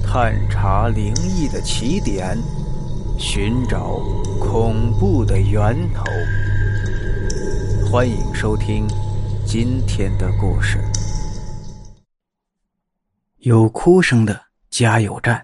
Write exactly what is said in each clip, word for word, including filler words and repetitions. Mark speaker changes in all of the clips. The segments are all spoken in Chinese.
Speaker 1: 探查灵异的起点，寻找恐怖的源头。欢迎收听今天的故事。有哭声的加油站。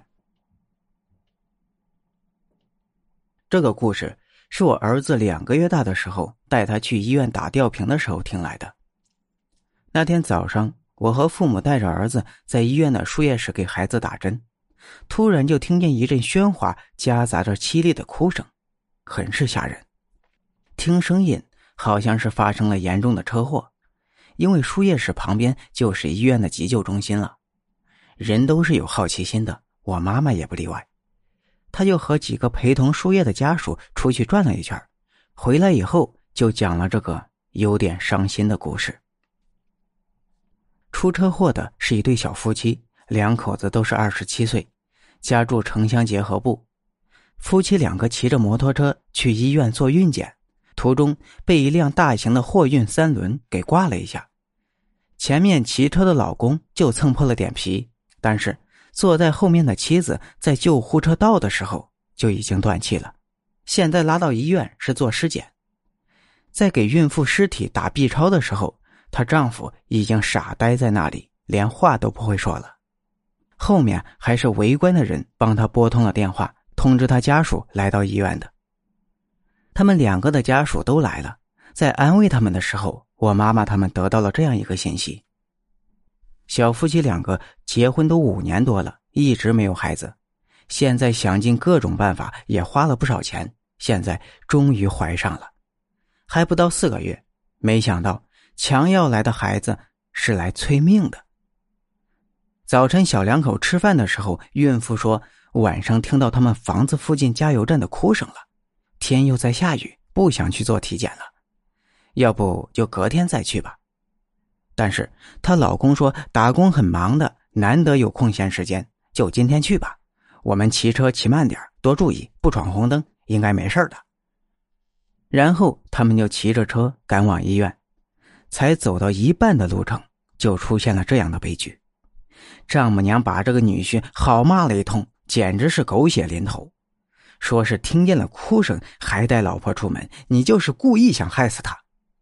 Speaker 1: 这个故事是我儿子两个月大的时候带他去医院打吊瓶的时候听来的。那天早上，我和父母带着儿子在医院的输液室给孩子打针，突然就听见一阵喧哗夹杂着凄厉的哭声，很是吓人。听声音好像是发生了严重的车祸，因为输液室旁边就是医院的急救中心了。人都是有好奇心的，我妈妈也不例外。她就和几个陪同输液的家属出去转了一圈，回来以后就讲了这个有点伤心的故事。出车祸的是一对小夫妻，两口子都是二十七岁，家住城乡结合部。夫妻两个骑着摩托车去医院做孕检，途中被一辆大型的货运三轮给挂了一下。前面骑车的老公就蹭破了点皮，但是坐在后面的妻子在救护车到的时候就已经断气了，现在拉到医院是做尸检。在给孕妇尸体打 B 超的时候，她丈夫已经傻呆在那里，连话都不会说了。后面还是围观的人帮他拨通了电话，通知他家属来到医院的。他们两个的家属都来了，在安慰他们的时候，我妈妈他们得到了这样一个信息：小夫妻两个结婚都五年多了，一直没有孩子，现在想尽各种办法，也花了不少钱，现在终于怀上了。还不到四个月，没想到强要来的孩子是来催命的。早晨小两口吃饭的时候，孕妇说晚上听到他们房子附近加油站的哭声了，天又在下雨，不想去做体检了，要不就隔天再去吧。但是她老公说打工很忙的，难得有空闲时间，就今天去吧，我们骑车骑慢点，多注意，不闯红灯，应该没事的。然后他们就骑着车赶往医院，才走到一半的路程，就出现了这样的悲剧。丈母娘把这个女婿好骂了一通，简直是狗血淋头，说是听见了哭声还带老婆出门，你就是故意想害死他。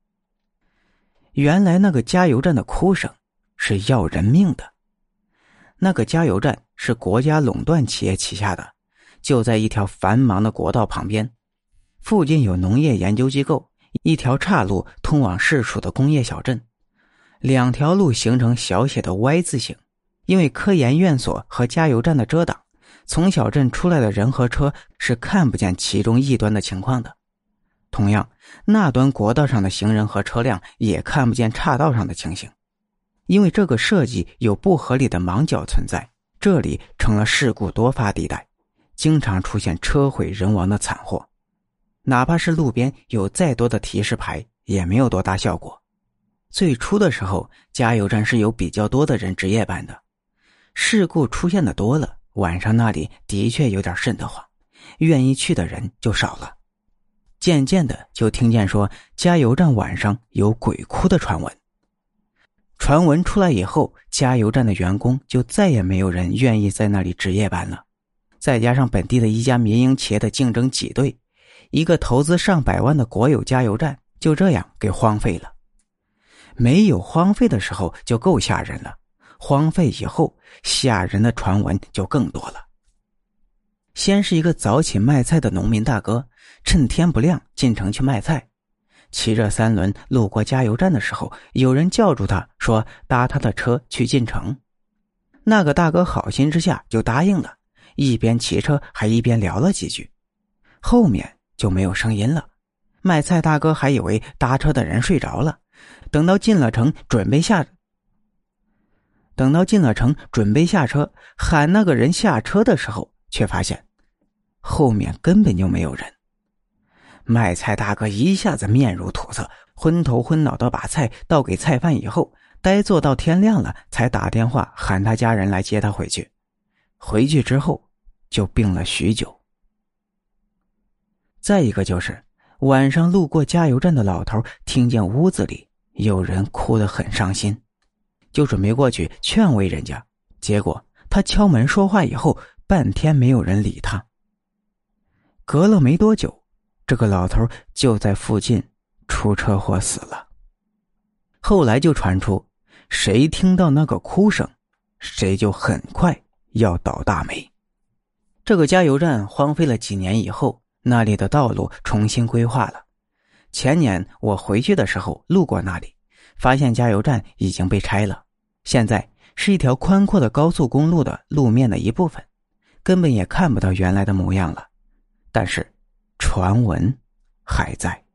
Speaker 1: 原来那个加油站的哭声是要人命的。那个加油站是国家垄断企业旗下的，就在一条繁忙的国道旁边，附近有农业研究机构，一条岔路通往市属的工业小镇，两条路形成小写的 Y 字形。因为科研院所和加油站的遮挡，从小镇出来的人和车是看不见其中一端的情况的。同样，那端国道上的行人和车辆也看不见岔道上的情形。因为这个设计有不合理的盲角存在，这里成了事故多发地带，经常出现车毁人亡的惨祸。哪怕是路边有再多的提示牌，也没有多大效果。最初的时候，加油站是有比较多的人值夜班的，事故出现的多了，晚上那里的确有点瘆得慌，愿意去的人就少了。渐渐的就听见说加油站晚上有鬼哭的传闻。传闻出来以后，加油站的员工就再也没有人愿意在那里值夜班了。再加上本地的一家民营企业的竞争挤兑，一个投资上百万的国有加油站就这样给荒废了。没有荒废的时候就够吓人了，荒废以后吓人的传闻就更多了。先是一个早起卖菜的农民大哥，趁天不亮进城去卖菜，骑着三轮路过加油站的时候，有人叫住他说搭他的车去进城。那个大哥好心之下就答应了，一边骑车还一边聊了几句，后面就没有声音了。卖菜大哥还以为搭车的人睡着了，等到进了城准备下等到进了城准备下车喊那个人下车的时候，却发现后面根本就没有人。卖菜大哥一下子面如土色，昏头昏脑的把菜倒给菜贩以后，呆坐到天亮了才打电话喊他家人来接他回去。回去之后就病了许久。再一个就是晚上路过加油站的老头听见屋子里有人哭得很伤心，就准备过去劝慰人家，结果他敲门说话以后，半天没有人理他。隔了没多久，这个老头就在附近出车祸死了。后来就传出，谁听到那个哭声，谁就很快要倒大霉。这个加油站荒废了几年以后，那里的道路重新规划了。前年我回去的时候路过那里，发现加油站已经被拆了，现在是一条宽阔的高速公路的路面的一部分，根本也看不到原来的模样了。但是传闻还在。